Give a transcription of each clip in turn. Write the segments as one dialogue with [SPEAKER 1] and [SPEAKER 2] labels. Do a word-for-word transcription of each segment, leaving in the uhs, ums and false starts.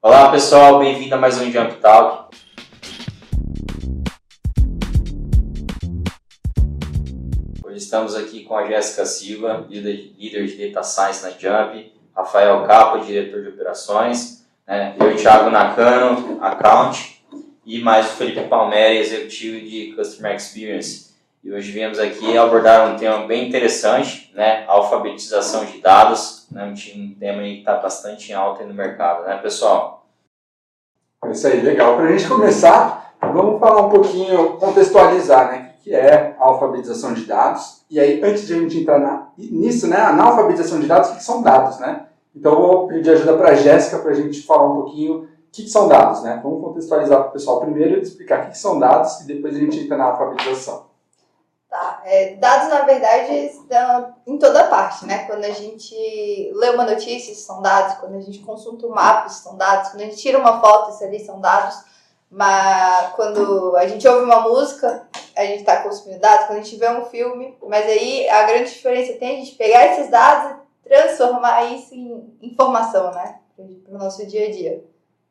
[SPEAKER 1] Olá pessoal, bem-vindo a mais um Jump Talk. Hoje estamos aqui com a Jéssica Silva, líder, líder de Data Science na Jump, Rafael Capa, diretor de operações, né? Eu, Thiago Nakano, Account, e mais o Felipe Palmeri, executivo de Customer Experience. E hoje viemos aqui abordar um tema bem interessante, né? Alfabetização de dados, né? Um tema aí que está bastante em alta aí no mercado, né, pessoal?
[SPEAKER 2] É isso aí, legal. Para a gente começar, vamos falar um pouquinho, contextualizar, né? O que é a alfabetização de dados. E aí, antes de a gente entrar na, nisso, né? Na alfabetização de dados, o que são dados, né? Então, eu vou pedir ajuda para a Jéssica para a gente falar um pouquinho o que são dados, né? Vamos contextualizar para o pessoal primeiro e explicar o que são dados e depois a gente entra na alfabetização.
[SPEAKER 3] Tá, é, dados na verdade estão em toda parte, né? Quando a gente lê uma notícia, são dados. Quando a gente consulta um mapa, são dados. Quando a gente tira uma foto, isso ali são dados. Mas quando a gente ouve uma música, a gente está consumindo dados. Quando a gente vê um filme, mas aí a grande diferença tem a gente pegar esses dados e transformar isso em informação, né? Para o nosso dia a dia.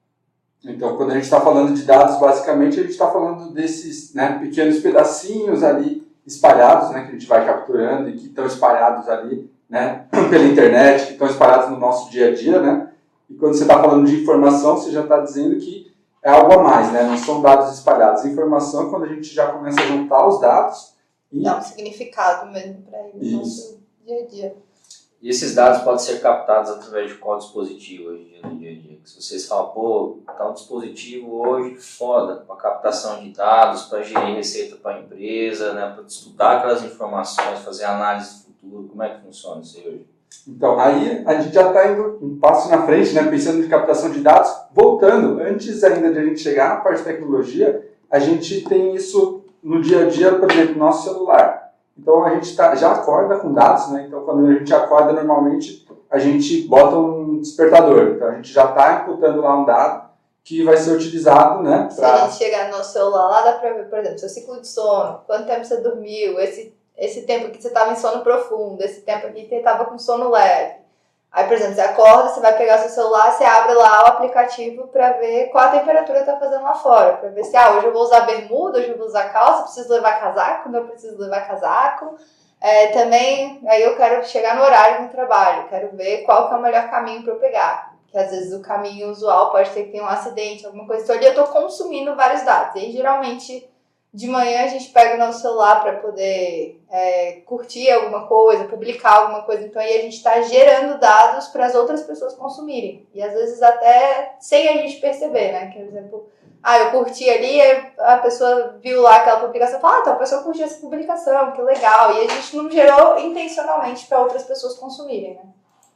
[SPEAKER 2] Então, quando a gente está falando de dados, basicamente a gente está falando desses, né, pequenos pedacinhos ali espalhados, né, que a gente vai capturando e que estão espalhados ali, né, pela internet, que estão espalhados no nosso dia a dia, né? E quando você está falando de informação, você já está dizendo que é algo a mais, né? Não são dados espalhados. Informação é quando a gente já começa a juntar os dados e
[SPEAKER 3] dá um significado mesmo para ele no nosso dia a dia.
[SPEAKER 1] E esses dados podem ser captados através de qual dispositivo hoje no dia a dia? Se vocês falam, pô, tá um dispositivo hoje foda para captação de dados, para gerir receita para a empresa, né, para estudar aquelas informações, fazer análise do futuro, como é que funciona isso aí hoje?
[SPEAKER 2] Então, aí a gente já está indo um passo na frente, né, pensando em captação de dados. Voltando, antes ainda de a gente chegar na parte de tecnologia, a gente tem isso no dia a dia, por exemplo, no nosso celular. Então, a gente tá, já acorda com dados, né? Então, quando a gente acorda, normalmente, a gente bota um despertador. Então, a gente já está imputando lá um dado que vai ser utilizado, né?
[SPEAKER 3] Pra... Se a gente chegar no nosso celular, lá dá para ver, por exemplo, seu ciclo de sono, quanto tempo você dormiu, esse, esse tempo que você estava em sono profundo, esse tempo aqui que você estava com sono leve. Aí, por exemplo, você acorda, você vai pegar seu celular, você abre lá o aplicativo para ver qual a temperatura está fazendo lá fora. Para ver se, ah, hoje eu vou usar bermuda, hoje eu vou usar calça, preciso levar casaco, não preciso levar casaco. É, também, aí eu quero chegar no horário no trabalho, quero ver qual que é o melhor caminho para eu pegar. Porque às vezes o caminho usual pode ser que tenha um acidente, alguma coisa. Então ali eu estou consumindo vários dados. E aí, geralmente, de manhã a gente pega o nosso celular para poder é, curtir alguma coisa, publicar alguma coisa. Então aí a gente está gerando dados para as outras pessoas consumirem. E às vezes até sem a gente perceber, né? Por exemplo, ah, eu curti ali, a pessoa viu lá aquela publicação e fala, ah, então a pessoa curtiu essa publicação, que legal. E a gente não gerou intencionalmente para outras pessoas consumirem, né?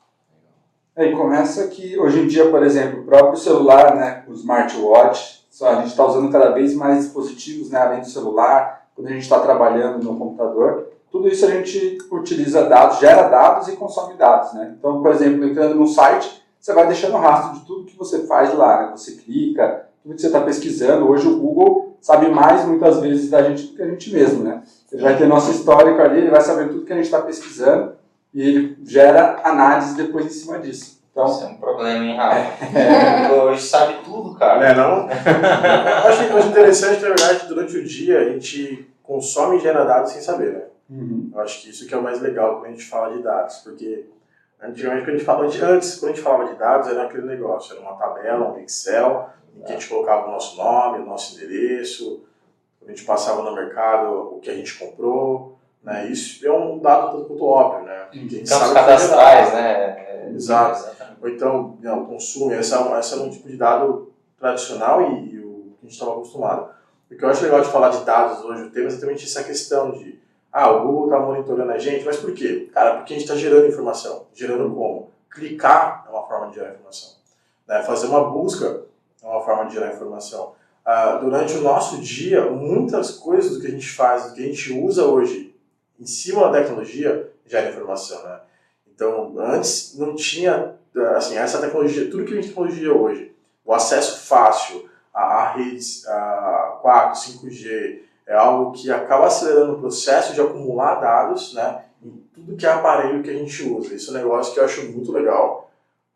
[SPEAKER 2] Aí começa que hoje em dia, por exemplo, o próprio celular, né, o smartwatch, a gente está usando cada vez mais dispositivos, né, além do celular, quando a gente está trabalhando no computador, tudo isso a gente utiliza dados, gera dados e consome dados, né? Então, por exemplo, entrando no site, você vai deixando rastro de tudo que você faz lá, né? Você clica, tudo que você está pesquisando. Hoje o Google sabe mais, muitas vezes, da gente do que a gente mesmo, né? Ele vai ter nosso histórico ali, ele vai saber tudo que a gente está pesquisando e ele gera análise depois em cima disso. Então,
[SPEAKER 1] isso é um problema, hein, Rafa? É. Hoje sabe tudo, cara.
[SPEAKER 4] Não é não? Eu acho que coisa interessante, na verdade, durante o dia a gente consome e gera dados sem saber, né?
[SPEAKER 2] Uhum.
[SPEAKER 4] Eu acho que isso que é o mais legal quando a gente fala de dados, porque antigamente, quando a gente falava de, antes, quando a gente falava de dados, era aquele negócio, era uma tabela, um Excel, em que a gente colocava o nosso nome, o nosso endereço, a gente passava no mercado o que a gente comprou, né? Isso é um dado tanto quanto óbvio, né?
[SPEAKER 1] Campos cadastrais, né? É,
[SPEAKER 4] Exato. Exatamente. Ou então, não, o consumo, esse é, esse é um tipo de dado tradicional e, e o que a gente estava acostumado. O que eu acho legal de falar de dados hoje, o tema é exatamente essa questão de, ah, o Google está monitorando a gente, mas por quê? Cara, porque a gente está gerando informação. Gerando como? Clicar é uma forma de gerar informação. Né? Fazer uma busca é uma forma de gerar informação. Ah, durante o nosso dia, muitas coisas do que a gente faz, do que a gente usa hoje em cima da tecnologia, gera informação, né? Então, antes não tinha, assim, essa tecnologia, tudo que a gente tem tecnologia hoje, o acesso fácil a, a redes a quatro, cinco G, é algo que acaba acelerando o processo de acumular dados, né, em tudo que é aparelho que a gente usa. Isso é um negócio que eu acho muito legal.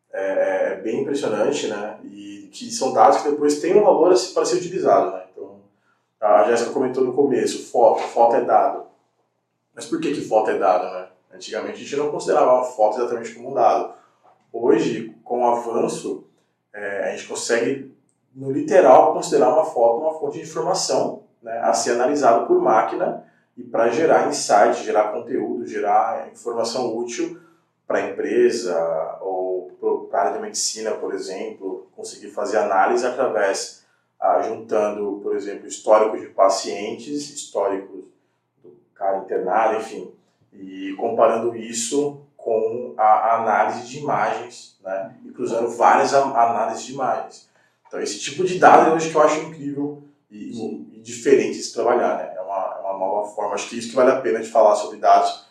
[SPEAKER 4] é, é bem impressionante, né? E que são dados que depois têm um valor para ser utilizado, né? Então, a Jéssica comentou no começo, foto, foto é dado. Mas por que que foto é dado, né? Antigamente a gente não considerava uma foto exatamente como um dado. Hoje, com o avanço, é, a gente consegue, no literal, considerar uma foto uma fonte de informação, né, a ser analisada por máquina e para gerar insight, gerar conteúdo, gerar informação útil para a empresa ou para a área de medicina, por exemplo, conseguir fazer análise através, ah, juntando, por exemplo, históricos de pacientes, históricos do cara internado, enfim, e comparando isso com a análise de imagens, né, e cruzando várias análises de imagens. Então, esse tipo de dado hoje que eu acho incrível e, e diferente de se trabalhar, né? É uma, é uma nova forma. Acho que isso que vale a pena de falar sobre dados,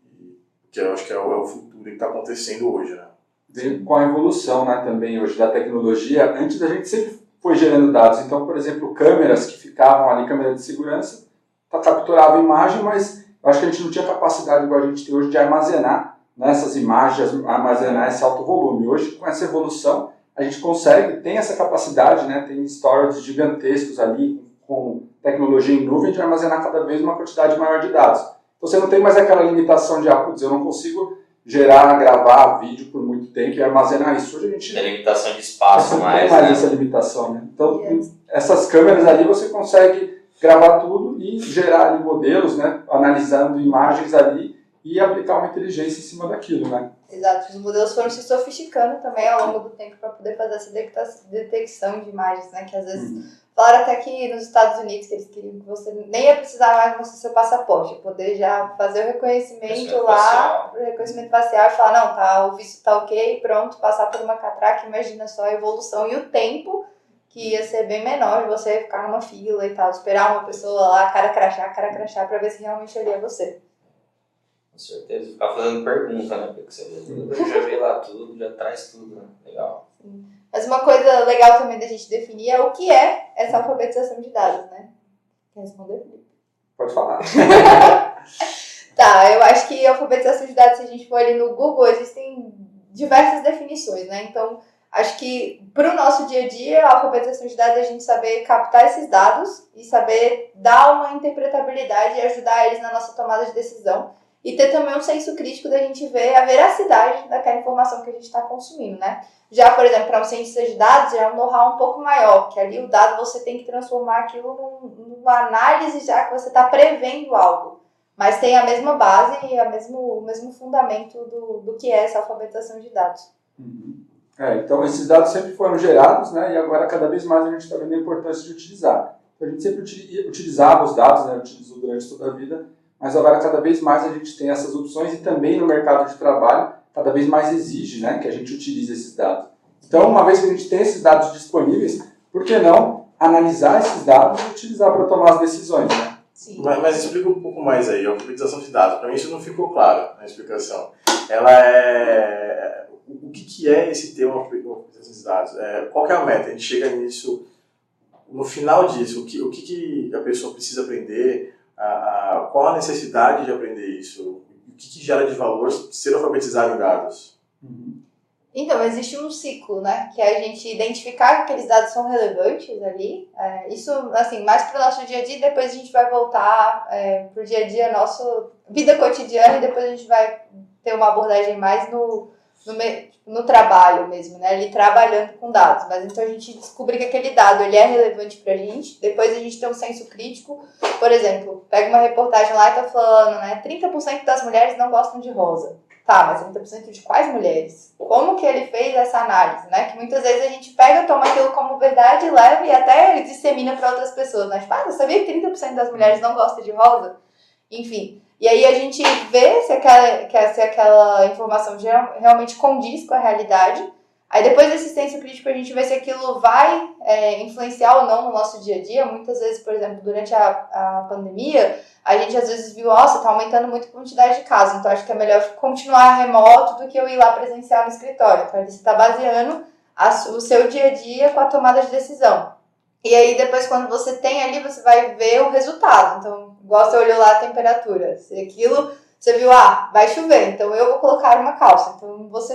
[SPEAKER 4] que eu acho que é o, é o futuro que está acontecendo hoje, né?
[SPEAKER 2] Vem com a evolução, né, também hoje da tecnologia. Antes a gente sempre foi gerando dados. Então, por exemplo, câmeras que ficavam ali, câmera de segurança, capturava a imagem, mas eu acho que a gente não tinha capacidade igual a gente tem hoje de armazenar, né, essas imagens, armazenar esse alto volume. Hoje, com essa evolução, a gente consegue, tem essa capacidade, né, tem storages gigantescos ali, com tecnologia em nuvem, de armazenar cada vez uma quantidade maior de dados. Então, você não tem mais aquela limitação de, ah, putz, eu não consigo gerar, gravar vídeo por muito tempo e armazenar isso. Hoje a gente
[SPEAKER 1] tem limitação de espaço,
[SPEAKER 2] não
[SPEAKER 1] mais,
[SPEAKER 2] tem mais
[SPEAKER 1] né?
[SPEAKER 2] essa limitação, né? Então, yes. essas câmeras ali você consegue gravar tudo e gerar ali modelos, né, analisando imagens ali e aplicar uma inteligência em cima daquilo, né?
[SPEAKER 3] Exato, os modelos foram se sofisticando também ao longo do tempo para poder fazer essa detecção de imagens, né? Que às vezes uhum. falaram até que nos Estados Unidos que eles queriam que você nem ia precisar mais mostrar seu passaporte, poder já fazer o reconhecimento lá, o reconhecimento facial e falar, não, tá, o visto tá ok, pronto, passar por uma catraca. Imagina só a evolução e o tempo que ia ser bem menor de você ficar numa fila e tal, esperar uma pessoa lá, cara crachá, cara crachá, para ver se realmente ali é você.
[SPEAKER 1] Com certeza, ficar fazendo pergunta, né? Porque você já vê lá tudo, já traz tudo, né? Legal.
[SPEAKER 3] Sim. Mas uma coisa legal também da gente definir é o que é essa alfabetização de dados, né? Quer responder, Felipe?
[SPEAKER 2] Pode falar.
[SPEAKER 3] Tá, eu acho que alfabetização de dados, se a gente for ali no Google, existem diversas definições, né? Então, acho que para o nosso dia a dia, a alfabetização de dados é a gente saber captar esses dados e saber dar uma interpretabilidade e ajudar eles na nossa tomada de decisão. E ter também um senso crítico da gente ver a veracidade daquela informação que a gente está consumindo, né? Já, por exemplo, para um cientista de dados, já é um know-how um pouco maior, porque ali o dado você tem que transformar aquilo num, numa análise já que você está prevendo algo. Mas tem a mesma base e a mesmo, o mesmo fundamento do, do que é essa alfabetização de dados.
[SPEAKER 2] Uhum. É, então, esses dados sempre foram gerados, né? E agora, cada vez mais, a gente está vendo a importância de utilizar. Então, a gente sempre utilizava os dados, né? Utilizou durante toda a vida. Mas agora, cada vez mais, a gente tem essas opções e também no mercado de trabalho, cada vez mais exige, né, que a gente utilize esses dados. Então, uma vez que a gente tem esses dados disponíveis, por que não analisar esses dados e utilizar para tomar as decisões, né?
[SPEAKER 3] Sim.
[SPEAKER 4] Mas, mas explica um pouco mais aí, a alfabetização de dados. Para mim isso não ficou claro na explicação. Ela é... O que, que é esse termo alfabetização de dados? É, qual que é a meta? A gente chega nisso, no final disso, o que, o que, que a pessoa precisa aprender? A, a, qual a necessidade de aprender isso? O que, que gera de valor ser alfabetizado em dados?
[SPEAKER 2] Uhum.
[SPEAKER 3] Então, existe um ciclo, né? Que é a gente identificar que aqueles dados são relevantes ali. É, isso, assim, mais para o nosso dia a dia, depois a gente vai voltar é, para o dia a dia, nosso vida cotidiana, e depois a gente vai ter uma abordagem mais no, no, no trabalho mesmo, né? Ali trabalhando com dados. Mas então a gente descobrir que aquele dado ele é relevante para a gente, depois a gente tem um senso crítico. Por exemplo, pega uma reportagem lá e tá falando, né? trinta por cento das mulheres não gostam de rosa. Tá, mas trinta por cento de quais mulheres? Como que ele fez essa análise, né? Que muitas vezes a gente pega, toma aquilo como verdade, leva e até dissemina para outras pessoas, né? Tipo, ah, você sabia que trinta por cento das mulheres não gostam de rosa? Enfim. E aí a gente vê se aquela, se aquela informação realmente condiz com a realidade. Aí depois desse senso crítico a gente vê se aquilo vai é, influenciar ou não no nosso dia a dia. Muitas vezes, por exemplo, durante a, a pandemia, a gente às vezes viu, nossa, está aumentando muito a quantidade de casos, então acho que é melhor continuar remoto do que eu ir lá presencial no escritório. Então você está baseando a, o seu dia a dia com a tomada de decisão. E aí depois quando você tem ali, você vai ver o resultado. Então, igual você olhou lá a temperatura, se aquilo, você viu, ah, vai chover, então eu vou colocar uma calça. Então você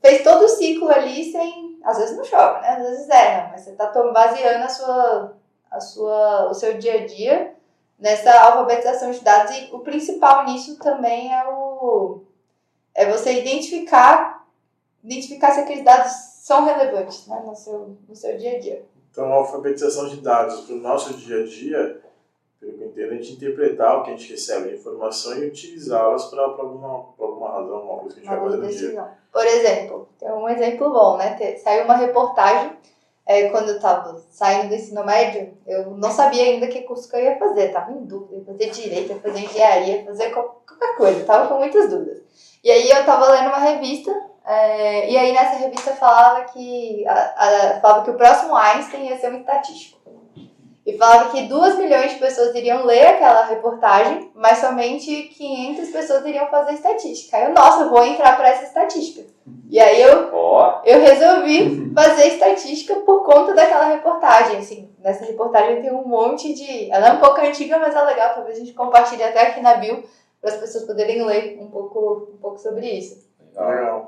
[SPEAKER 3] fez todo o ciclo ali sem... Às vezes não chove, né? Às vezes erra, mas você está baseando a sua, a sua, o seu dia a dia nessa alfabetização de dados. E o principal nisso também é, o, é você identificar, identificar se aqueles dados são relevantes, né? no, seu, no seu dia a dia.
[SPEAKER 4] Então, a alfabetização de dados para o nosso dia a dia, pelo que eu entendo, a gente interpretar o que a gente recebe de informação e utilizá-las para alguma, alguma razão, alguma coisa que a gente vai fazer no dia.
[SPEAKER 3] Por exemplo, tem um exemplo bom, né? Saiu uma reportagem, é, quando eu estava saindo do ensino médio, eu não sabia ainda que curso que eu ia fazer, estava em dúvida, ia fazer direito, ia fazer engenharia, ia fazer qualquer coisa, estava com muitas dúvidas. E aí eu estava lendo uma revista, é, e aí nessa revista falava que, a, a, falava que o próximo Einstein ia ser um estatístico. E falava que duas milhões de pessoas iriam ler aquela reportagem, mas somente quinhentas pessoas iriam fazer estatística. Aí eu, nossa, eu vou entrar para essa estatística. E aí eu,
[SPEAKER 1] oh.
[SPEAKER 3] eu resolvi fazer estatística por conta daquela reportagem. Assim, nessa reportagem tem um monte de... Ela é um pouco antiga, mas é legal. Talvez a gente compartilhe até aqui na bio, para as pessoas poderem ler um pouco, um pouco sobre isso.
[SPEAKER 4] Legal.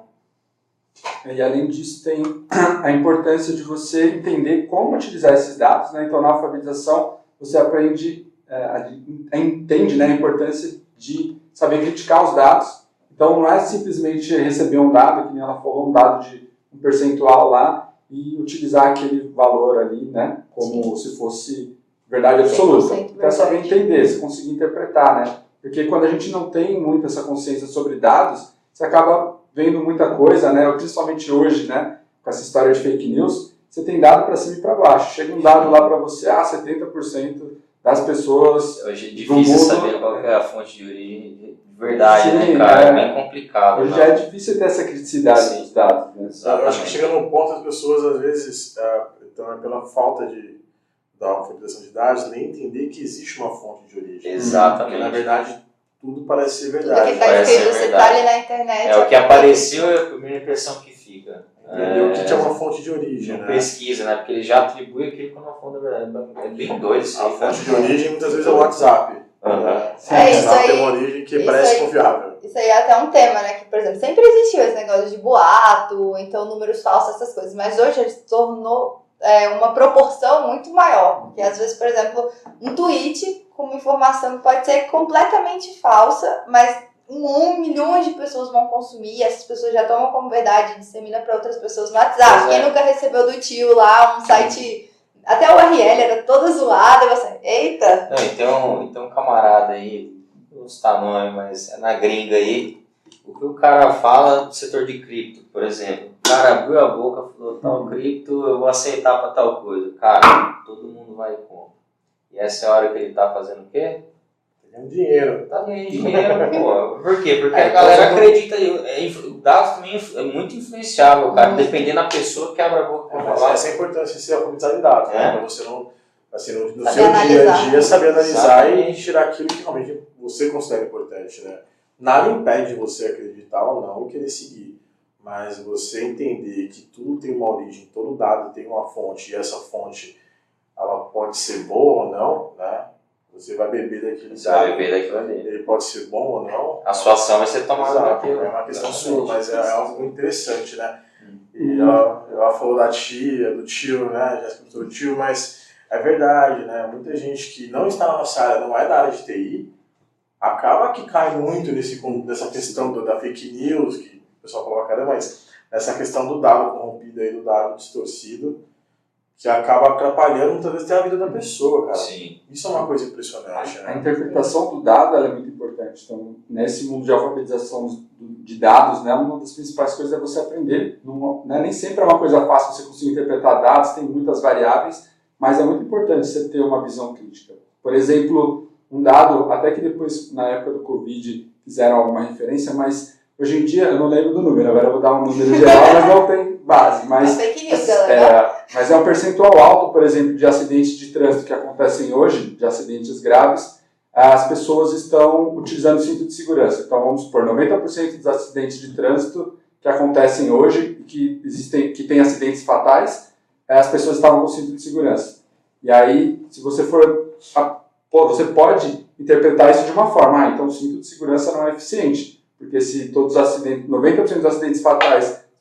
[SPEAKER 2] E além disso tem a importância de você entender como utilizar esses dados, né? Então na alfabetização você aprende, é, entende, né, a importância de saber criticar os dados. Então não é simplesmente receber um dado, que nem ela falou, um dado de um percentual lá e utilizar aquele valor ali, né, como Sim. se fosse verdade absoluta. Então é saber entender, se conseguir interpretar, né? Porque quando a gente não tem muito essa consciência sobre dados, você acaba vendo muita coisa, né? Principalmente hoje, né? Com essa história de fake news, você tem dado para cima e para baixo. Chega um dado lá para você, ah, setenta por cento das pessoas
[SPEAKER 1] hoje é difícil
[SPEAKER 2] mundo,
[SPEAKER 1] saber qual é a fonte de origem de verdade,
[SPEAKER 2] Sim,
[SPEAKER 1] né, cara? É,
[SPEAKER 2] é
[SPEAKER 1] bem complicado.
[SPEAKER 2] Hoje
[SPEAKER 1] não.
[SPEAKER 2] já é difícil ter essa criticidade
[SPEAKER 1] Sim.
[SPEAKER 2] dos dados. Né?
[SPEAKER 4] Eu acho que chega num ponto as pessoas, às vezes, uh, então é pela falta de, da alfabetização de dados, nem entender que existe uma fonte de origem.
[SPEAKER 1] Exatamente.
[SPEAKER 4] Porque, na verdade, tudo parece ser
[SPEAKER 3] Tudo
[SPEAKER 4] verdade.
[SPEAKER 3] que está escrito, você está ali na internet.
[SPEAKER 1] É o que apareceu, é a primeira impressão que fica.
[SPEAKER 4] Entendeu?
[SPEAKER 1] É,
[SPEAKER 4] O que é uma fonte de origem,
[SPEAKER 1] não
[SPEAKER 4] né?
[SPEAKER 1] pesquisa, né? Porque ele já atribui aquilo como uma fonte da verdade. É bem doido isso
[SPEAKER 4] A
[SPEAKER 1] aí, cara.
[SPEAKER 4] fonte de origem muitas vezes é o WhatsApp.
[SPEAKER 1] Uhum.
[SPEAKER 4] Né?
[SPEAKER 3] É,
[SPEAKER 4] O
[SPEAKER 3] isso
[SPEAKER 4] WhatsApp
[SPEAKER 3] aí-
[SPEAKER 4] tem uma origem que
[SPEAKER 3] isso
[SPEAKER 4] parece
[SPEAKER 3] aí-
[SPEAKER 4] confiável.
[SPEAKER 3] Isso aí é até um tema, né? Que, por exemplo, sempre existiu esse negócio de boato, então números falsos, essas coisas. Mas hoje ele se tornou é, uma proporção muito maior. Porque às vezes, por exemplo, um tweet com uma informação que pode ser completamente falsa, mas um, um milhões de pessoas vão consumir, e essas pessoas já tomam como verdade e disseminam para outras pessoas no WhatsApp.
[SPEAKER 1] Pois é.
[SPEAKER 3] Quem nunca recebeu do tio lá um site... Até o U R L era toda zoada, e você... Eita!
[SPEAKER 1] Não, então, então um camarada aí, não citar nome, mas é na gringa aí, o que o cara fala do setor de cripto, por exemplo. O cara abriu a boca, falou, tal cripto, eu vou aceitar para tal coisa. Cara, todo mundo vai e compra. E essa é a hora que ele tá fazendo o quê?
[SPEAKER 4] Ganhando dinheiro.
[SPEAKER 1] Tá ganhando dinheiro, pô. Por quê? Porque
[SPEAKER 3] Aí
[SPEAKER 1] a galera
[SPEAKER 3] todo mundo-
[SPEAKER 1] acredita, é, o dado também é muito influenciável, cara. Dependendo da pessoa que abre a boca pra
[SPEAKER 4] Mas
[SPEAKER 1] falar.
[SPEAKER 4] essa é a importância de ser alfabetizado em dados, né?
[SPEAKER 1] É.
[SPEAKER 4] Pra você não, assim, no, no
[SPEAKER 3] Saber
[SPEAKER 4] seu dia a
[SPEAKER 3] analisar.
[SPEAKER 4] dia, saber analisar e
[SPEAKER 1] Exatamente.
[SPEAKER 4] tirar aquilo que realmente você considera importante, né? Nada impede você acreditar ou não e querer seguir. Mas você entender que tudo tem uma origem, todo dado tem uma fonte, e essa fonte ela pode ser boa ou não, né? Você vai beber daquele
[SPEAKER 1] Você vai
[SPEAKER 4] dado,
[SPEAKER 1] beber daquilo ali.
[SPEAKER 4] ele pode ser bom ou não.
[SPEAKER 1] A sua ação vai ser tomada
[SPEAKER 4] Exato,
[SPEAKER 1] daquilo.
[SPEAKER 4] é uma questão
[SPEAKER 1] Exatamente.
[SPEAKER 4] sua, mas é algo muito interessante, né? E ela, ela falou da tia, do tio, né? Já escutou o tio, mas é verdade, né? Muita gente que não está na nossa área, não é da área de T I, acaba que cai muito nesse, nessa questão do, da fake news, que o pessoal coloca, né? Mas essa questão do dado corrompido aí, do dado distorcido, que acaba atrapalhando muitas vezes até a vida da pessoa, cara.
[SPEAKER 1] Sim.
[SPEAKER 4] Isso é uma coisa impressionante,
[SPEAKER 2] A
[SPEAKER 4] né?
[SPEAKER 2] interpretação do dado ela é muito importante. Então, nesse mundo de alfabetização de dados, né, uma das principais coisas é você aprender. Não, né, nem sempre é uma coisa fácil você conseguir interpretar dados, tem muitas variáveis, mas é muito importante você ter uma visão crítica. Por exemplo, um dado, até que depois, na época do Covid, fizeram alguma referência, mas hoje em dia, eu não lembro do número, agora eu vou dar um número geral, mas não tem base. Mas,
[SPEAKER 3] É fake news, galera.
[SPEAKER 2] é, mas é um percentual alto, por exemplo, de acidentes de trânsito que acontecem hoje, de acidentes graves, as pessoas estão utilizando cinto de segurança. Então, vamos supor, noventa por cento dos acidentes de trânsito que acontecem hoje, que, existem, que têm acidentes fatais, as pessoas estavam com cinto de segurança. E aí, se você for... Você pode interpretar isso de uma forma, ah, então o cinto de segurança não é eficiente, porque se todos os acidentes, noventa por cento dos acidentes fatais, as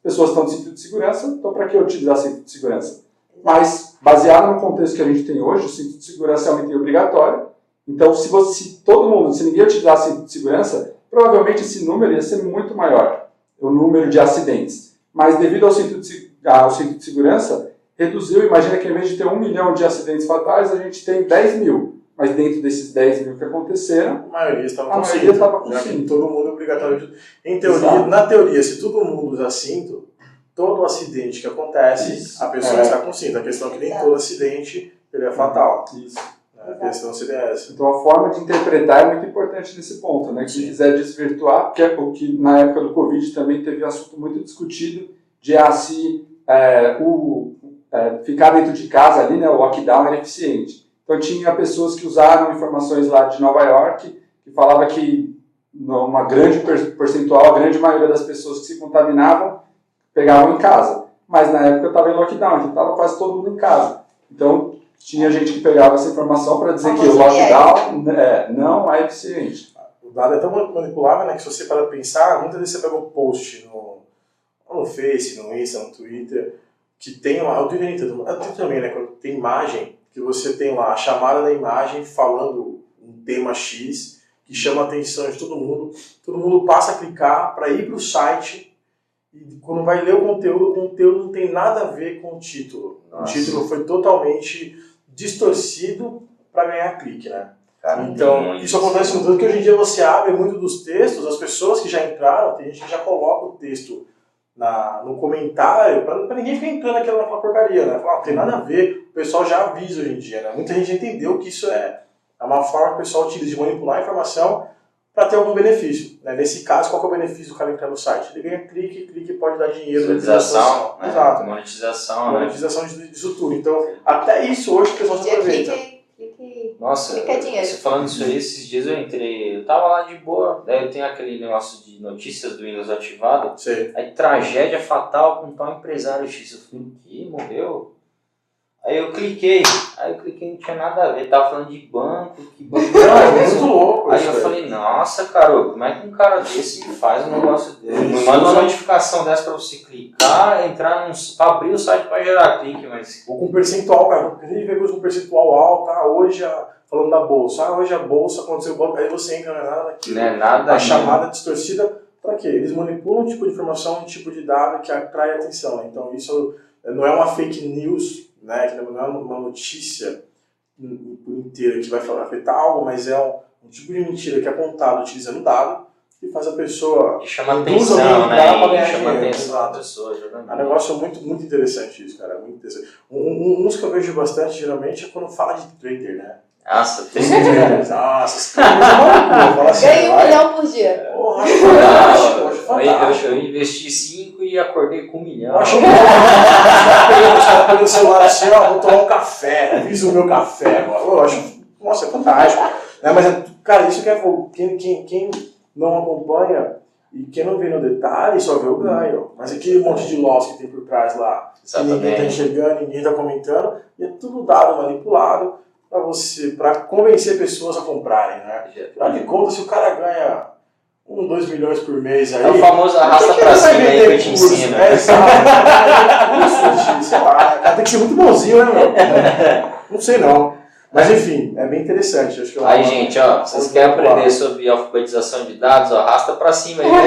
[SPEAKER 2] pessoas estão de cinto de segurança, então para que eu utilizar cinto de segurança? Mas, baseado no contexto que a gente tem hoje, o cinto de segurança é um item obrigatório. Então, se, você, se todo mundo, se ninguém utilizar cinto de segurança, provavelmente esse número ia ser muito maior, o número de acidentes. Mas, devido ao cinto de, ao cinto de segurança, reduziu. Imagina que, em vez de ter um milhão de acidentes fatais, a gente tem dez mil. Mas, dentro desses dez mil que aconteceram,
[SPEAKER 4] a maioria estava
[SPEAKER 2] a
[SPEAKER 4] com
[SPEAKER 2] maioria
[SPEAKER 4] cinto.
[SPEAKER 2] estava com
[SPEAKER 4] Já que
[SPEAKER 2] cinto.
[SPEAKER 4] todo mundo é obrigatório. Em teoria,
[SPEAKER 2] Exato.
[SPEAKER 4] na teoria, se todo mundo usa cinto, todo acidente que acontece,
[SPEAKER 2] Isso.
[SPEAKER 4] a pessoa
[SPEAKER 2] É.
[SPEAKER 4] está com cinto. A questão é que nem
[SPEAKER 3] Exato.
[SPEAKER 4] todo acidente ele é fatal.
[SPEAKER 2] Isso.
[SPEAKER 4] A questão seria essa.
[SPEAKER 2] Então, a forma de interpretar é muito importante nesse ponto, né? Quem
[SPEAKER 4] Sim.
[SPEAKER 2] quiser desvirtuar, porque é o que na época do Covid também teve um assunto muito discutido de ah, se é, o, é, ficar dentro de casa ali, né, o lockdown era eficiente. Então, tinha pessoas que usaram informações lá de Nova York, que falava que uma grande percentual, a grande maioria das pessoas que se contaminavam, pegavam em casa. Mas na época estava em lockdown, então estava quase todo mundo em casa. Então, tinha gente que pegava essa informação para dizer que o lockdown é, não é eficiente.
[SPEAKER 4] O dado é tão manipulável, né, que se você parar para pensar, muitas vezes você pega um post no, no Face, no Insta, no Twitter, que tem lá, o Twitter, eu Twitter também, né, quando tem imagem, que você tem lá a chamada da imagem falando um tema X, que chama a atenção de todo mundo, todo mundo passa a clicar para ir para o site, e quando vai ler o conteúdo, o conteúdo não tem nada a ver com o título.
[SPEAKER 1] Nossa.
[SPEAKER 4] O título foi totalmente distorcido para ganhar clique, né?
[SPEAKER 1] Cara,
[SPEAKER 4] Então, isso acontece com tanto que hoje em dia você abre muito dos textos, as pessoas que já entraram, tem gente que já coloca o texto na, no comentário, para ninguém ficar entrando naquela, naquela porcaria, né? Fala, ah, não tem nada a ver, o pessoal já avisa hoje em dia, né? Muita gente já entendeu que isso é, é uma forma que o pessoal utiliza de manipular a informação para ter algum benefício, né? Nesse caso, qual que é o benefício do cara entrar no site? Ele ganha clique, clique pode dar dinheiro.
[SPEAKER 1] Monetização, né?
[SPEAKER 4] Exato.
[SPEAKER 1] Monetização,
[SPEAKER 4] Monetização né? disso tudo. Então, até isso hoje o pessoal se aproveita.
[SPEAKER 3] Clique, clique,
[SPEAKER 1] Nossa,
[SPEAKER 3] clique é dinheiro.
[SPEAKER 1] você falando isso aí, esses dias eu entrei, eu tava lá de boa, daí eu tenho aquele negócio de notícias do Windows ativado,
[SPEAKER 4] Sei.
[SPEAKER 1] aí tragédia fatal com tal empresário X, eu falei, que morreu? Aí eu cliquei, aí eu cliquei, não tinha nada a ver, tava falando de banco, que banco.
[SPEAKER 4] Não, é muito louco.
[SPEAKER 1] Aí
[SPEAKER 4] isso,
[SPEAKER 1] eu
[SPEAKER 4] velho.
[SPEAKER 1] falei, nossa, Carol, como é que um cara desse me faz um negócio desse? Me manda uma notificação dessa pra você clicar, entrar num, pra abrir o site pra gerar clique, mas...
[SPEAKER 4] Ou com percentual, cara. Porque a gente vê coisa com percentual alto, ah, hoje, a, falando da bolsa, ah, hoje a bolsa aconteceu, aí você entra, não é nada daquilo.
[SPEAKER 1] Não é nada
[SPEAKER 4] A chamada distorcida, para quê? Eles manipulam um tipo de informação, um tipo de dado que atrai atenção. Então, isso não é uma fake news, né, que não é uma notícia inteira que vai afetar algo, mas é um, um tipo de mentira que é apontado utilizando dado e faz a pessoa
[SPEAKER 1] que chama
[SPEAKER 4] induz
[SPEAKER 1] atenção,
[SPEAKER 4] alguém a
[SPEAKER 1] né?
[SPEAKER 4] entrar pra ganhar
[SPEAKER 1] E chama
[SPEAKER 4] dinheiro.
[SPEAKER 1] atenção da
[SPEAKER 4] Exato.
[SPEAKER 1] pessoa,
[SPEAKER 4] É um
[SPEAKER 1] exatamente.
[SPEAKER 4] negócio muito, muito interessante isso, cara, muito interessante. Um, um, uns que eu vejo bastante, geralmente, é quando fala de trader, né?
[SPEAKER 1] Nossa, tem
[SPEAKER 4] Os traders, nossa, os traders são malucos, fala assim,
[SPEAKER 3] Ganha um
[SPEAKER 4] vai,
[SPEAKER 3] milhão por dia.
[SPEAKER 4] porra, acho fantástico, acho
[SPEAKER 1] Eu,
[SPEAKER 4] fantástico.
[SPEAKER 1] eu investi cinco e acordei com um milhão.
[SPEAKER 4] Eu acho bom. Os caras pegam o celular assim, ó, vou tomar um café, fiz o meu café agora. Eu acho, nossa, é fantástico. Né? Mas, cara, isso que é quem, quem, quem não acompanha e quem não vê no detalhe só vê o ganho. Mas aquele monte de loss que tem por trás lá, que ninguém está
[SPEAKER 1] Exatamente.
[SPEAKER 4] enxergando, ninguém está comentando, e é tudo dado, manipulado para você, para convencer pessoas a comprarem, né? Afinal de contas, se o cara ganha um, dois milhões por mês aí...
[SPEAKER 1] É o famoso arrasta
[SPEAKER 4] por que
[SPEAKER 1] pra
[SPEAKER 4] ele vai
[SPEAKER 1] cima aí
[SPEAKER 4] vender
[SPEAKER 1] que eu te
[SPEAKER 4] curso?
[SPEAKER 1] ensino.
[SPEAKER 4] É, exato. Curso de, sei lá, cara, tem que ser muito bonzinho, né, meu? Não sei não. Mas enfim, é bem interessante. Acho que é uma-
[SPEAKER 1] Aí, gente, ó, vocês querem aprender sobre alfabetização de dados, ó, arrasta pra cima aí.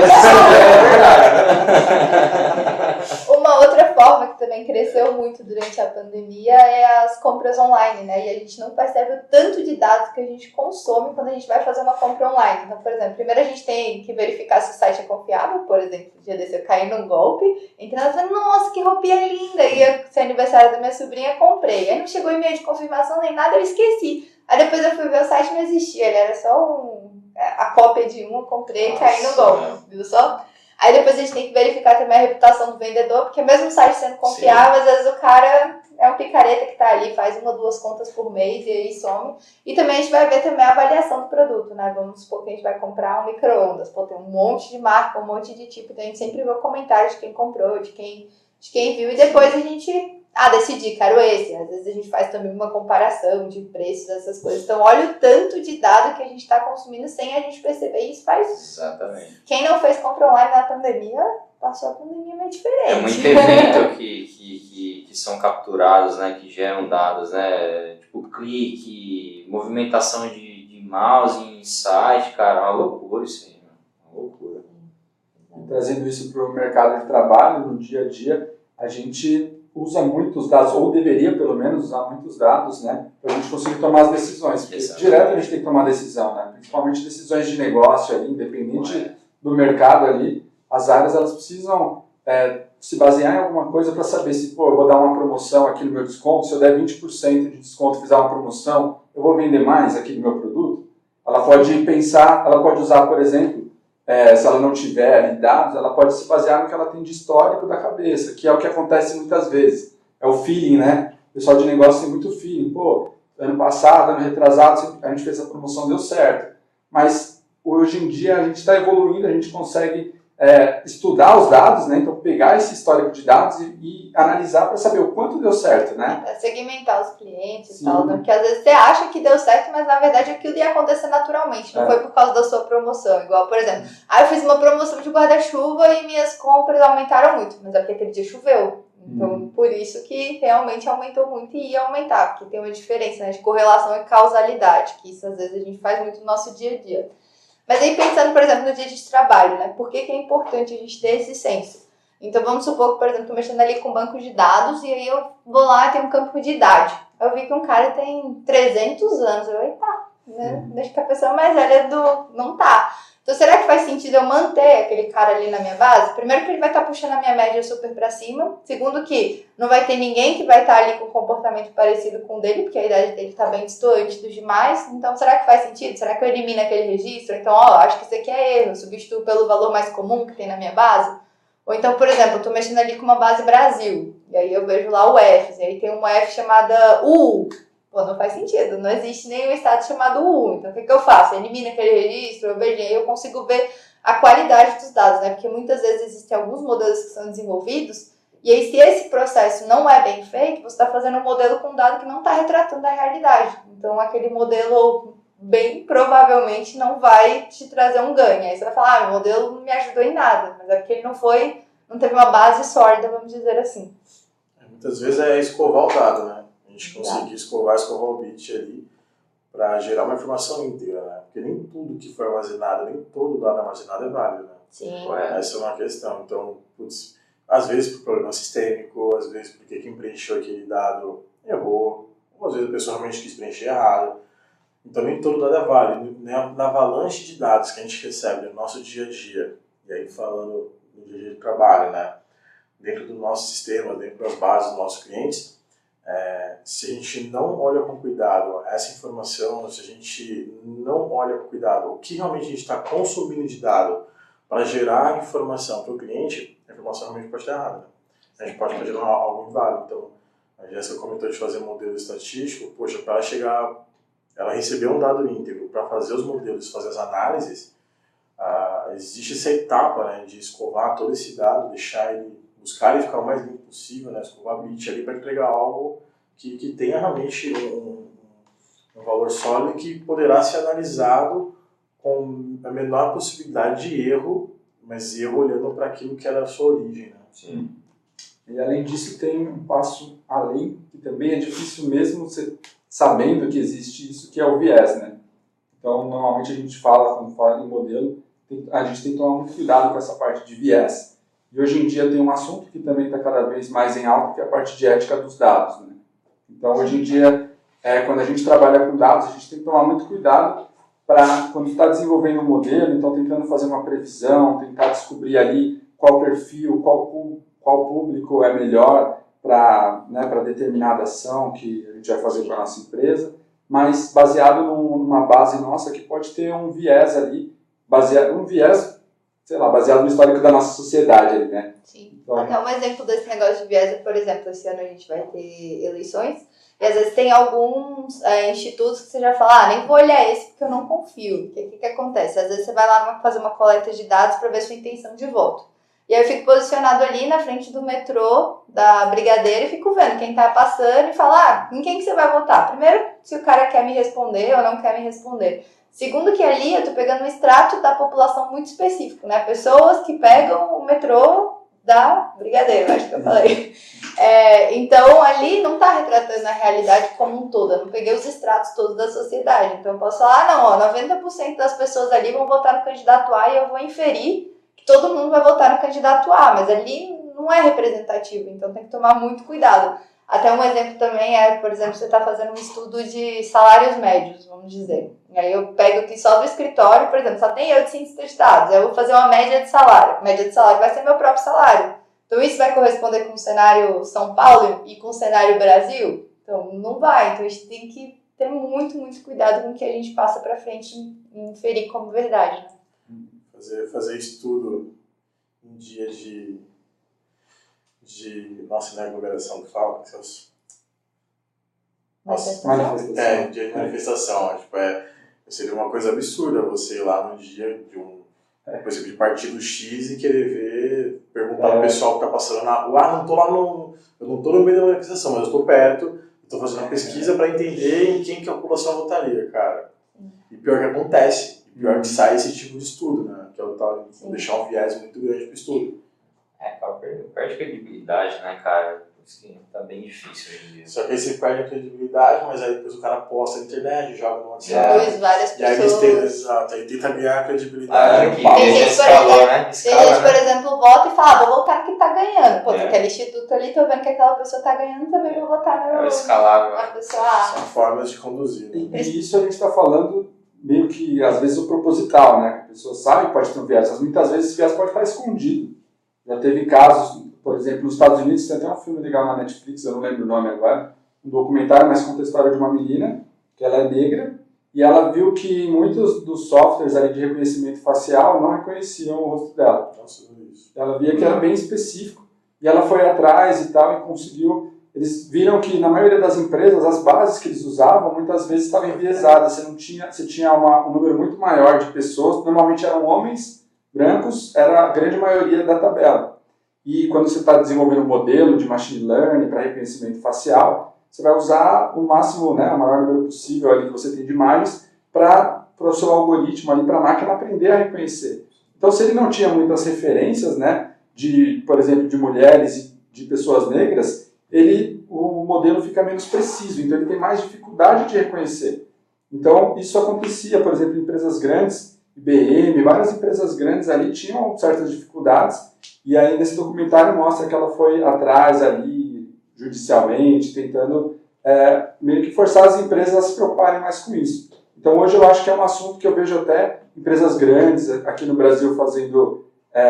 [SPEAKER 3] Uma outra forma que também cresceu muito durante a pandemia é as compras online, né? E a gente não percebe o tanto de dados que a gente consome quando a gente vai fazer uma compra online. Então, por exemplo, primeiro a gente tem que verificar se o site é confiável. Por exemplo, um dia desse eu caí num golpe, entrei lá e falei, nossa, que roupinha linda! Ia ser aniversário da minha sobrinha, comprei. Aí não chegou e-mail de confirmação nem nada, eu esqueci. Aí depois eu fui ver o site, não existia, ele era só um, a cópia de um, eu comprei e caí no golpe, viu só? Aí depois a gente tem que verificar também a reputação do vendedor, porque mesmo o site sendo confiável, Sim. às vezes o cara é um picareta que tá ali, faz uma ou duas contas por mês e aí some. E também a gente vai ver também a avaliação do produto, né? Vamos supor que a gente vai comprar um micro-ondas, pô, tem um monte de marca, um monte de tipo, então a gente sempre vê o comentário de quem comprou, de quem, de quem viu, e depois a gente ah, decidi, quero esse. Às vezes a gente faz também uma comparação de preços, essas coisas. Então, olha o tanto de dado que a gente está consumindo sem a gente perceber. Isso faz...
[SPEAKER 1] Exatamente.
[SPEAKER 3] Quem não fez compra online na pandemia, passou a pandemia meio diferente.
[SPEAKER 1] É muito evento que, que, que, que são capturados, né, que geram dados, né, tipo clique, movimentação de, de mouse em site, cara, é uma loucura isso aí, né? Uma loucura.
[SPEAKER 2] E trazendo isso para o mercado de trabalho, no dia a dia, a gente usa muitos dados, ou deveria pelo menos usar muitos dados, né, para a gente conseguir tomar as decisões. Porque
[SPEAKER 1] Exato.
[SPEAKER 2] Direto a gente tem que tomar decisão, né, principalmente decisões de negócio ali, independente do mercado ali, as áreas elas precisam é, se basear em alguma coisa para saber se, pô, eu vou dar uma promoção aqui no meu desconto, se eu der vinte por cento de desconto e fizer uma promoção, eu vou vender mais aqui no meu produto? Ela pode pensar, ela pode usar, por exemplo, É, se ela não tiver ali dados, ela pode se basear no que ela tem de histórico da cabeça, que é o que acontece muitas vezes. É o feeling, né? O pessoal de negócio tem muito feeling. Pô, ano passado, ano retrasado, a gente fez a promoção, deu certo. Mas hoje em dia a gente está evoluindo, a gente consegue é, estudar os dados, né? Então pegar esse histórico de dados e, e analisar para saber o quanto deu certo, né?
[SPEAKER 3] Pra segmentar os clientes
[SPEAKER 2] Sim.
[SPEAKER 3] e tal, né? Porque às vezes você acha que deu certo, mas na verdade aquilo ia acontecer naturalmente, não
[SPEAKER 2] É.
[SPEAKER 3] foi por causa da sua promoção. Igual, por exemplo, ah, eu fiz uma promoção de guarda-chuva e minhas compras aumentaram muito, mas é porque aquele dia choveu. Então,
[SPEAKER 2] Uhum.
[SPEAKER 3] por isso que realmente aumentou muito e ia aumentar, porque tem uma diferença, né, de correlação e causalidade, que isso às vezes a gente faz muito no nosso dia a dia. Mas aí pensando, por exemplo, no dia de trabalho, né? Por que que é importante a gente ter esse senso? Então vamos supor que, por exemplo, estou mexendo ali com um banco de dados e aí eu vou lá e tem um campo de idade. Eu vi que um cara tem trezentos anos. Eu, eita, né?
[SPEAKER 2] Uhum.
[SPEAKER 3] Deixa que a pessoa mais velha do... não tá. Então será que faz sentido eu manter aquele cara ali na minha base? Primeiro que ele vai estar puxando a minha média super pra cima. Segundo que não vai ter ninguém que vai estar ali com um comportamento parecido com o dele, porque a idade dele está bem distante dos demais. Então será que faz sentido? Será que eu elimino aquele registro? Então, ó, acho que isso aqui é erro. Eu substituo pelo valor mais comum que tem na minha base. Ou então, por exemplo, eu estou mexendo ali com uma base Brasil. E aí eu vejo lá o F. E aí tem uma F chamada U U. Pô, não faz sentido. Não existe nenhum estado chamado U U. Então, o que, que eu faço? Eu elimino aquele registro, eu vejo, e aí eu consigo ver a qualidade dos dados, né? Porque muitas vezes existem alguns modelos que são desenvolvidos, e aí se esse processo não é bem feito, você está fazendo um modelo com um dado que não está retratando a realidade. Então, aquele modelo bem provavelmente não vai te trazer um ganho. Aí você vai falar, ah, meu modelo não me ajudou em nada, mas é porque ele não foi, não teve uma base sólida, vamos dizer assim.
[SPEAKER 4] Muitas vezes é escovar o dado, né? A gente
[SPEAKER 3] Exato.
[SPEAKER 4] conseguir escovar, escovar o bit ali para gerar uma informação íntegra, né? Porque nem tudo que foi armazenado, nem todo dado armazenado é válido, né?
[SPEAKER 3] Sim.
[SPEAKER 1] Ué,
[SPEAKER 4] Essa é uma questão. Então, putz, às vezes por problema sistêmico, às vezes porque quem preencheu aquele dado errou, ou às vezes a pessoa realmente quis preencher errado. Então, nem todo dado é válido. Na, na avalanche de dados que a gente recebe no nosso dia a dia, e aí falando no dia a dia de trabalho, né? Dentro do nosso sistema, dentro das bases dos nossos clientes, é, se a gente não olha com cuidado essa informação, se a gente não olha com cuidado o que realmente a gente está consumindo de dado para gerar informação para o cliente, a informação realmente pode estar errada. Né? A gente pode gerar algo inválido. Então, a Jéssica comentou de fazer modelo estatístico, poxa, para ela chegar, ela recebeu um dado íntegro para fazer os modelos, fazer as análises, ah, existe essa etapa, né, de escovar todo esse dado, deixar ele, buscar ele ficar o mais limpo possível, né, escovar bit ali para entregar algo que, que tenha realmente um, um valor sólido que poderá ser analisado com a menor possibilidade de erro, mas erro olhando para aquilo que era a sua origem. Né?
[SPEAKER 1] sim.
[SPEAKER 2] E além disso tem um passo além, que também é difícil mesmo você sabendo que existe isso, que é o viés, né? Então, normalmente a gente fala, quando fala em modelo, tem, a gente tem que tomar muito cuidado com essa parte de viés. E hoje em dia tem um assunto que também está cada vez mais em alta, que é a parte de ética dos dados, né? Então, hoje em dia, é, quando a gente trabalha com dados, a gente tem que tomar muito cuidado para, quando está desenvolvendo um modelo, então tentando fazer uma previsão, tentar descobrir ali qual perfil, qual, qual público é melhor para, né, para determinada ação que a gente vai fazer com a nossa empresa, mas baseado num, numa base nossa que pode ter um viés ali, baseado, um viés, sei lá, baseado no histórico da nossa sociedade ali, né?
[SPEAKER 3] Sim.
[SPEAKER 2] Então,
[SPEAKER 3] Até um exemplo desse negócio de viés, por exemplo, esse ano a gente vai ter eleições, e às vezes tem alguns é, institutos que você já fala, ah, nem vou olhar esse porque eu não confio. O que, que, que acontece? Às vezes você vai lá numa, fazer uma coleta de dados para ver sua intenção de voto. E aí eu fico posicionado ali na frente do metrô, da Brigadeiro, e fico vendo quem tá passando e falo, ah, em quem que você vai votar? Primeiro, se o cara quer me responder ou não quer me responder. Segundo, que ali eu tô pegando um extrato da população muito específico, né? Pessoas que pegam o metrô da Brigadeiro, acho que eu falei. É, então, ali não tá retratando a realidade como um todo. Eu não peguei os extratos todos da sociedade. Então, eu posso falar, ah, não, ó, noventa por cento das pessoas ali vão votar no candidato A e eu vou inferir que todo mundo vai votar no candidato A, mas ali não é representativo, então tem que tomar muito cuidado. Até um exemplo também é, por exemplo, você está fazendo um estudo de salários médios, vamos dizer. E aí eu pego aqui só do escritório, por exemplo, só tem eu de cientista de dados, aí eu vou fazer uma média de salário. A média de salário vai ser meu próprio salário. Então isso vai corresponder com o cenário São Paulo e com o cenário Brasil? Então não vai, então a gente tem que ter muito, muito cuidado com o que a gente passa para frente e inferir como verdade, né?
[SPEAKER 4] Fazer, fazer estudo em dia de, de nossa, não é aglomeração que fala, que seus... Nossa,
[SPEAKER 2] Manifestação.
[SPEAKER 4] é, dia de manifestação, tipo, é, seria uma coisa absurda você ir lá no dia de um, por exemplo, de partido X e querer ver, perguntar
[SPEAKER 2] É.
[SPEAKER 4] pro pessoal que tá passando na rua, ah, não tô lá no, eu não tô no meio da manifestação, mas eu tô perto, estou fazendo uma pesquisa para entender em quem que a população votaria, cara. E pior que acontece, e pior que sai esse tipo de estudo, né? Que é o tal de deixar um viés muito grande pro estudo.
[SPEAKER 1] É, cara, perde credibilidade, né, cara? Isso que tá bem difícil hoje em dia.
[SPEAKER 4] Só que aí você perde a credibilidade, mas aí depois o cara posta na internet, joga no WhatsApp.
[SPEAKER 3] Induz várias
[SPEAKER 4] E aí eles
[SPEAKER 3] pessoas.
[SPEAKER 4] tentam, exato, aí tenta ganhar a
[SPEAKER 1] Ah,
[SPEAKER 4] credibilidade.
[SPEAKER 1] que
[SPEAKER 4] e o pau.
[SPEAKER 3] Tem
[SPEAKER 1] já
[SPEAKER 3] gente, por
[SPEAKER 1] escalou,
[SPEAKER 3] exemplo,
[SPEAKER 1] né?
[SPEAKER 3] Tem
[SPEAKER 1] Escala,
[SPEAKER 3] gente, por
[SPEAKER 1] né?
[SPEAKER 3] exemplo, vota e fala, ah, vou votar no que tá ganhando. Pô,
[SPEAKER 1] É.
[SPEAKER 3] naquele instituto ali, tô vendo que aquela pessoa tá ganhando, também vou votar
[SPEAKER 1] É o
[SPEAKER 3] no,
[SPEAKER 1] escalável.
[SPEAKER 3] na pessoa A.
[SPEAKER 4] São formas de conduzir, né?
[SPEAKER 2] E, e isso a gente está falando meio que, às vezes, o proposital, né? A pessoa sabe que pode ter um viés, mas muitas vezes esse viés pode estar escondido. Já teve casos, por exemplo, nos Estados Unidos, tem até um filme legal na Netflix, eu não lembro o nome agora, um documentário, mas conta a história de uma menina, que ela é negra, e ela viu que muitos dos softwares ali de reconhecimento facial não reconheciam o rosto dela.
[SPEAKER 4] Nossa, isso.
[SPEAKER 2] Ela via que era bem específico, e ela foi atrás e tal, e conseguiu. Eles viram que na maioria das empresas, as bases que eles usavam, muitas vezes estavam enviesadas. Você, não tinha, você tinha uma, um número muito maior de pessoas, normalmente eram homens brancos, era a grande maioria da tabela. E quando você está desenvolvendo um modelo de machine learning para reconhecimento facial, você vai usar o máximo, né, o maior número possível ali que você tem de imagens para o seu algoritmo ali, para a máquina aprender a reconhecer. Então, se ele não tinha muitas referências, né, de, por exemplo, de mulheres e de pessoas negras, ele, o modelo fica menos preciso, então ele tem mais dificuldade de reconhecer. Então, isso acontecia, por exemplo, em empresas grandes, I B M, várias empresas grandes ali tinham certas dificuldades, e aí nesse documentário mostra que ela foi atrás ali, judicialmente, tentando é, meio que forçar as empresas a se preocuparem mais com isso. Então hoje eu acho que é um assunto que eu vejo até empresas grandes aqui no Brasil fazendo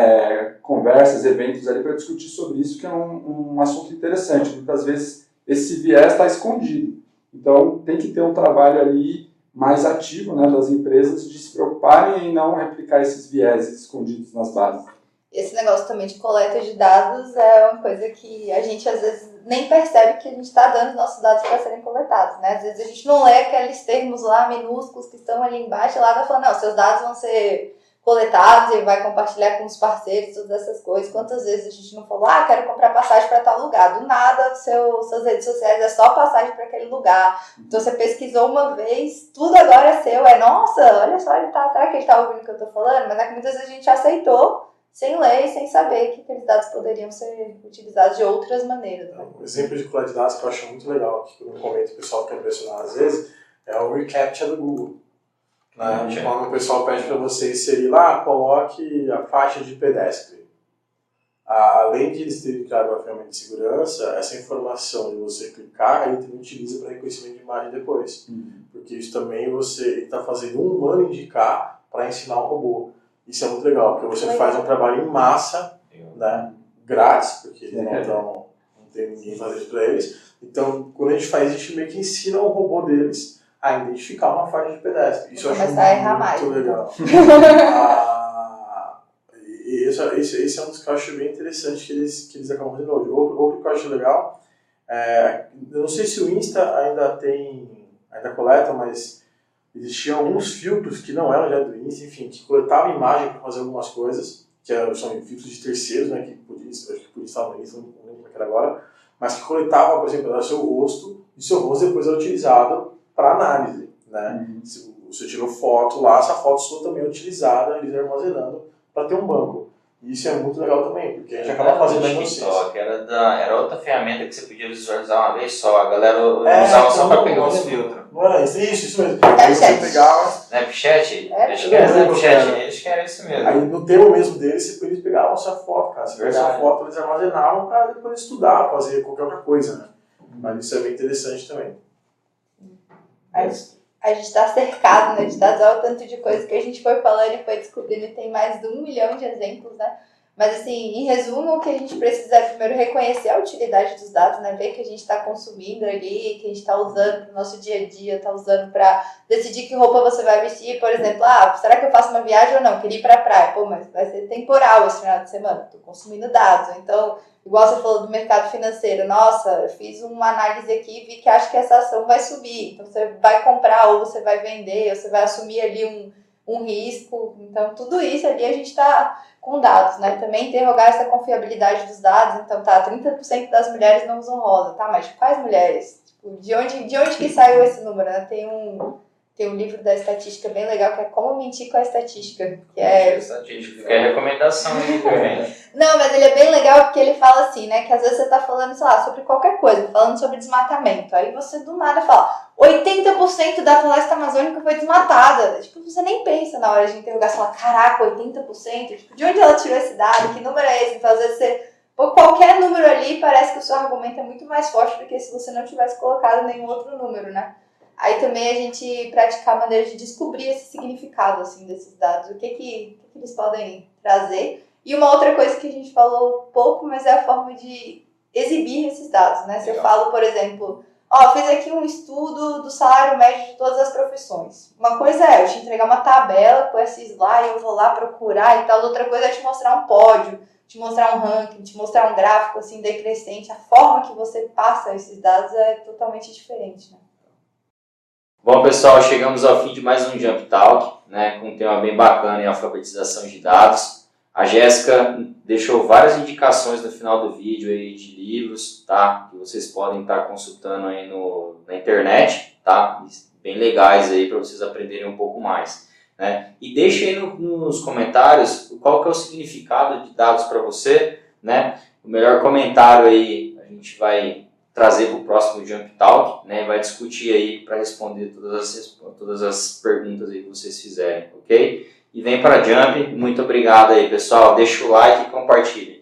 [SPEAKER 2] é, conversas, eventos ali para discutir sobre isso, que é um, um assunto interessante. Muitas vezes esse viés está escondido. Então tem que ter um trabalho ali mais ativo, né, das empresas de se preocuparem em não replicar esses viéses escondidos nas bases.
[SPEAKER 3] Esse negócio também de coleta de dados é uma coisa que a gente às vezes nem percebe que a gente está dando os nossos dados para serem coletados, né? Às vezes a gente não lê aqueles termos lá minúsculos que estão ali embaixo e lá vai falando, não, seus dados vão ser coletados e vai compartilhar com os parceiros, todas essas coisas. Quantas vezes a gente não falou, ah, quero comprar passagem para tal lugar. Do nada, seu, suas redes sociais é só passagem para aquele lugar. Então você pesquisou uma vez, tudo agora é seu. É, nossa, olha só, ele tá, será que ele tá ouvindo o que eu tô falando? Mas é que muitas vezes a gente aceitou sem ler e sem saber que aqueles dados poderiam ser utilizados de outras maneiras. Né?
[SPEAKER 4] Um exemplo de coleta de dados que eu acho muito legal, que eu comento o pessoal quer impressionar às vezes, é o reCAPTCHA do Google. Né?
[SPEAKER 1] Uhum.
[SPEAKER 4] Quando o pessoal pede para você inserir lá, coloque a faixa de pedestre. Além de eles terem criado uma ferramenta de segurança, essa informação de você clicar, ele também utiliza para reconhecimento de imagem depois.
[SPEAKER 2] Uhum.
[SPEAKER 4] Porque isso também você está fazendo um humano indicar para ensinar um robô. Isso é muito legal, porque você
[SPEAKER 3] Legal.
[SPEAKER 4] faz um trabalho em massa, né, grátis, porque eles não,
[SPEAKER 2] É.
[SPEAKER 4] tão, não tem ninguém fazendo isso para eles. Então, quando a gente faz, a gente meio que ensina o robô deles a identificar uma faixa de pedestre. Isso eu acho
[SPEAKER 3] Começar a errar mais,
[SPEAKER 4] muito legal. ah, e esse, esse, esse é um dos que eu acho bem interessante que eles, que eles acabam fazendo hoje. Outro, outro que eu acho legal, é, eu não sei se o Insta ainda tem, ainda coleta, mas existiam alguns filtros que não eram já do Insta, enfim, que coletavam imagem para fazer algumas coisas, que são filtros de terceiros, né, que podia, acho que podia estar no início, não lembro como é que era agora, mas que coletavam, por exemplo, o seu rosto, e seu rosto depois era utilizado para análise, né? Uhum. Se você tirou foto lá, essa foto sua também é utilizada, eles armazenando para ter um banco. E isso é muito legal também, porque a gente acaba fazendo a
[SPEAKER 1] TikTok, era, da, era outra ferramenta que você podia visualizar uma vez só, a galera é, usava então, só para pegar os filtros.
[SPEAKER 4] Não é isso, isso mesmo. Aí você pegava...
[SPEAKER 1] Snapchat?
[SPEAKER 3] É,
[SPEAKER 1] acho que era Snapchat, acho que era isso mesmo.
[SPEAKER 4] Aí no termo mesmo deles, eles pegavam a sua foto, cara. Se tivesse a foto, eles armazenavam para depois estudar, fazer qualquer outra coisa, né? Mas isso é bem interessante também.
[SPEAKER 3] Mas a gente está cercado, né, de dados, olha o tanto de coisa que a gente foi falando e foi descobrindo, e tem mais de um milhão de exemplos, né? Mas, assim, em resumo, o que a gente precisa é primeiro reconhecer a utilidade dos dados, né? Ver que a gente está consumindo ali, que a gente está usando para o nosso dia a dia, está usando para decidir que roupa você vai vestir. Por exemplo, ah, será que eu faço uma viagem ou não? Queria ir para a praia. Pô, mas vai ser temporal esse final de semana. Estou consumindo dados. Então, igual você falou do mercado financeiro. Nossa, eu fiz uma análise aqui e vi que acho que essa ação vai subir. Então, você vai comprar ou você vai vender, ou você vai assumir ali um, um risco. Então, tudo isso ali a gente está... com dados, né? Também interrogar essa confiabilidade dos dados. Então, tá, trinta por cento das mulheres não usam rosa, tá? Mas quais mulheres? Tipo, de onde, de onde que saiu esse número, né? Tem um, tem um livro da estatística bem legal, que é Como Mentir com a Estatística. Que é...
[SPEAKER 1] Estatística, que é recomendação aí, gente.
[SPEAKER 3] Não, mas ele é bem legal porque ele fala assim, né? Que às vezes você tá falando, sei lá, sobre qualquer coisa, falando sobre desmatamento. Aí você do nada fala, oitenta por cento da floresta amazônica foi desmatada. Tipo, você nem pensa na hora de interrogar, você fala, caraca, oitenta por cento? Tipo, de onde ela tirou esse dado? Que número é esse? Então, às vezes, você, por qualquer número ali, parece que o seu argumento é muito mais forte do que se você não tivesse colocado nenhum outro número, né? Aí também a gente praticar maneiras de descobrir esse significado, assim, desses dados. O que que, o que, que eles podem trazer. E uma outra coisa que a gente falou pouco, mas é a forma de exibir esses dados, né? Se eu falo, por exemplo... Ó, fiz aqui um estudo do salário médio de todas as profissões. Uma coisa é eu te entregar uma tabela com esses lá e eu vou lá procurar e tal. Outra coisa é te mostrar um pódio, te mostrar um ranking, te mostrar um gráfico assim decrescente. A forma que você passa esses dados é totalmente diferente, né?
[SPEAKER 1] Bom, pessoal, chegamos ao fim de mais um Jump Talk, né, com um tema bem bacana em alfabetização de dados. A Jéssica deixou várias indicações no final do vídeo aí de livros, tá? Que vocês podem estar consultando aí no, na internet, tá? Bem legais aí para vocês aprenderem um pouco mais, né? E deixe aí no, nos comentários qual que é o significado de dados para você, né? O melhor comentário aí a gente vai trazer para o próximo Jump Talk, né? E vai discutir aí para responder todas as, todas as perguntas aí que vocês fizerem, ok? E vem para Jump. Muito obrigado aí, pessoal. Deixa o like e compartilhe.